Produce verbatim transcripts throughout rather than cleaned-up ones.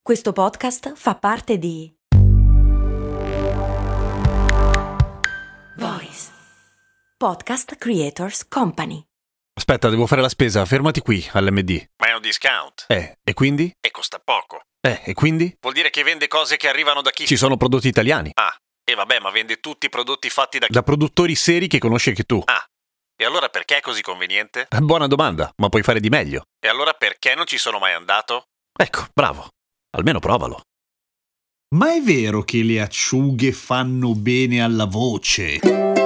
Questo podcast fa parte di Voice Podcast Creators Company. Aspetta, devo fare la spesa, fermati qui all'M D. Ma è un discount. Eh, e quindi? E costa poco. Eh, e quindi? Vuol dire che vende cose che arrivano da chi? Ci sono prodotti italiani. Ah, e vabbè, ma vende tutti i prodotti fatti da chi? Da produttori seri che conosci anche tu. Ah, e allora perché è così conveniente? Buona domanda, ma puoi fare di meglio. E allora perché non ci sono mai andato? Ecco, bravo. Almeno provalo. Ma è vero che le acciughe fanno bene alla voce?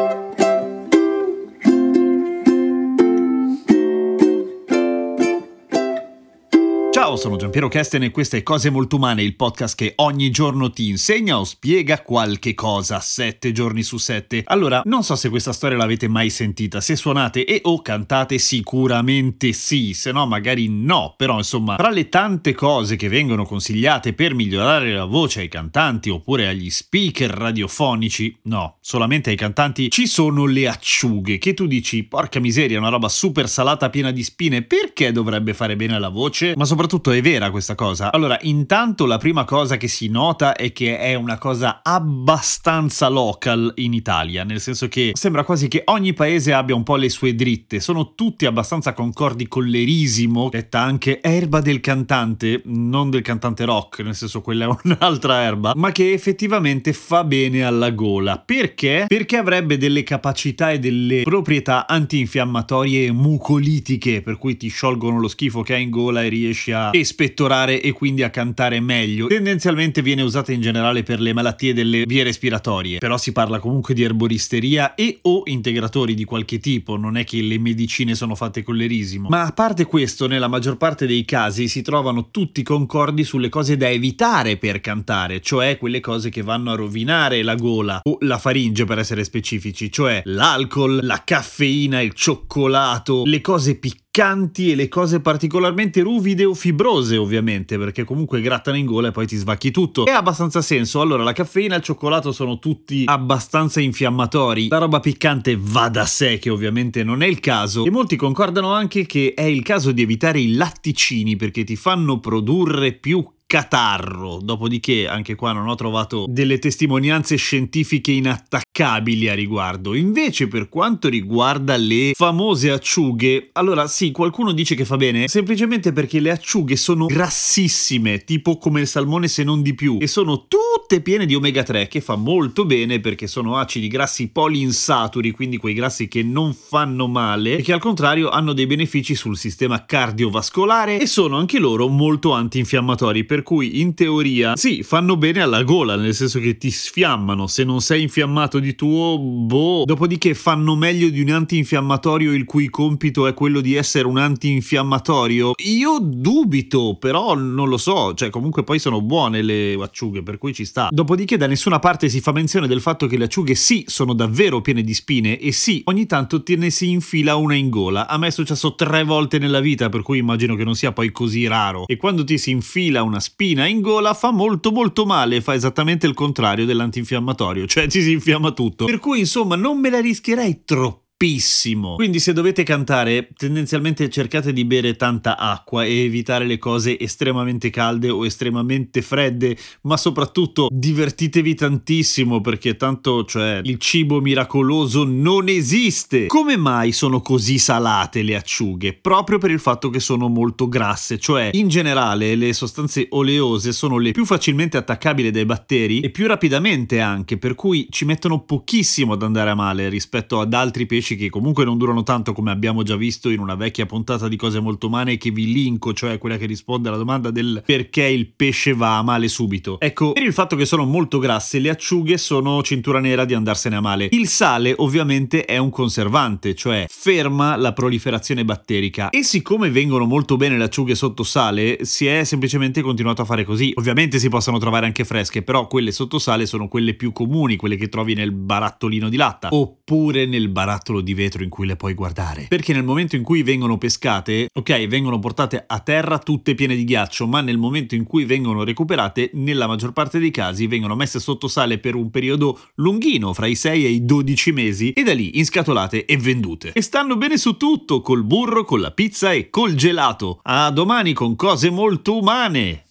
Ciao, sono Giampiero Kesten e questa è Cose Molto Umane, il podcast che ogni giorno ti insegna o spiega qualche cosa, sette giorni su sette. Allora, non so se questa storia l'avete mai sentita, se suonate e o cantate sicuramente sì, se no magari no, però insomma, tra le tante cose che vengono consigliate per migliorare la voce ai cantanti oppure agli speaker radiofonici, no, solamente ai cantanti, ci sono le acciughe, che tu dici, porca miseria, una roba super salata piena di spine, perché dovrebbe fare bene alla voce? Ma soprattutto è vera questa cosa. Allora, intanto la prima cosa che si nota è che è una cosa abbastanza local in Italia, nel senso che sembra quasi che ogni paese abbia un po' le sue dritte, sono tutti abbastanza concordi con l'erisimo, detta anche erba del cantante, non del cantante rock, nel senso quella è un'altra erba, ma che effettivamente fa bene alla gola. Perché? Perché avrebbe delle capacità e delle proprietà antinfiammatorie e mucolitiche, per cui ti sciolgono lo schifo che hai in gola e riesci a espettorare e quindi a cantare meglio. Tendenzialmente viene usata in generale per le malattie delle vie respiratorie, però si parla comunque di erboristeria e o integratori di qualche tipo, non è che le medicine sono fatte con l'erisimo. Ma a parte questo, nella maggior parte dei casi si trovano tutti concordi sulle cose da evitare per cantare, cioè quelle cose che vanno a rovinare la gola o la faringe per essere specifici, cioè l'alcol, la caffeina, il cioccolato, le cose piccanti e le cose particolarmente ruvide o fibrose, ovviamente, perché comunque grattano in gola e poi ti svacchi tutto. È abbastanza senso. Allora, la caffeina e il cioccolato sono tutti abbastanza infiammatori. La roba piccante va da sé, che ovviamente non è il caso. E molti concordano anche che è il caso di evitare i latticini perché ti fanno produrre più catarro. Dopodiché anche qua non ho trovato delle testimonianze scientifiche inattaccabili a riguardo. Invece per quanto riguarda le famose acciughe, allora sì, qualcuno dice che fa bene semplicemente perché le acciughe sono grassissime, tipo come il salmone se non di più, e sono tutte piene di omega tre, che fa molto bene perché sono acidi grassi poliinsaturi, quindi quei grassi che non fanno male e che al contrario hanno dei benefici sul sistema cardiovascolare e sono anche loro molto antinfiammatori, per cui in teoria sì, fanno bene alla gola, nel senso che ti sfiammano. Se non sei infiammato di tuo, boh. Dopodiché fanno meglio di un antinfiammatorio il cui compito è quello di essere un antinfiammatorio? Io dubito, però non lo so, cioè comunque poi sono buone le acciughe, per cui ci sta. Dopodiché da nessuna parte si fa menzione del fatto che le acciughe sì, sono davvero piene di spine e sì, ogni tanto te ne si infila una in gola. A me è successo tre volte nella vita, per cui immagino che non sia poi così raro. E quando ti si infila una spina in gola fa molto molto male, fa esattamente il contrario dell'antinfiammatorio, cioè ci si infiamma tutto. Per cui insomma non me la rischierei troppo. Quindi se dovete cantare tendenzialmente cercate di bere tanta acqua e evitare le cose estremamente calde o estremamente fredde, ma soprattutto divertitevi tantissimo perché tanto, cioè, il cibo miracoloso non esiste. Come mai sono così salate le acciughe? Proprio per il fatto che sono molto grasse, cioè in generale le sostanze oleose sono le più facilmente attaccabili dai batteri e più rapidamente anche, per cui ci mettono pochissimo ad andare a male rispetto ad altri pesci che comunque non durano tanto, come abbiamo già visto in una vecchia puntata di Cose Molto Umane che vi linko, cioè quella che risponde alla domanda del perché il pesce va a male subito. Ecco, per il fatto che sono molto grasse, le acciughe sono cintura nera di andarsene a male. Il sale ovviamente è un conservante, cioè ferma la proliferazione batterica, e siccome vengono molto bene le acciughe sotto sale, si è semplicemente continuato a fare così. Ovviamente si possono trovare anche fresche, però quelle sotto sale sono quelle più comuni, quelle che trovi nel barattolino di latta oppure nel barattolo di vetro in cui le puoi guardare, perché nel momento in cui vengono pescate, ok, vengono portate a terra tutte piene di ghiaccio, ma nel momento in cui vengono recuperate, nella maggior parte dei casi vengono messe sotto sale per un periodo lunghino, fra i sei e i dodici mesi, e da lì inscatolate e vendute. E stanno bene su tutto, col burro, con la pizza e col gelato. A domani con Cose Molto Umane!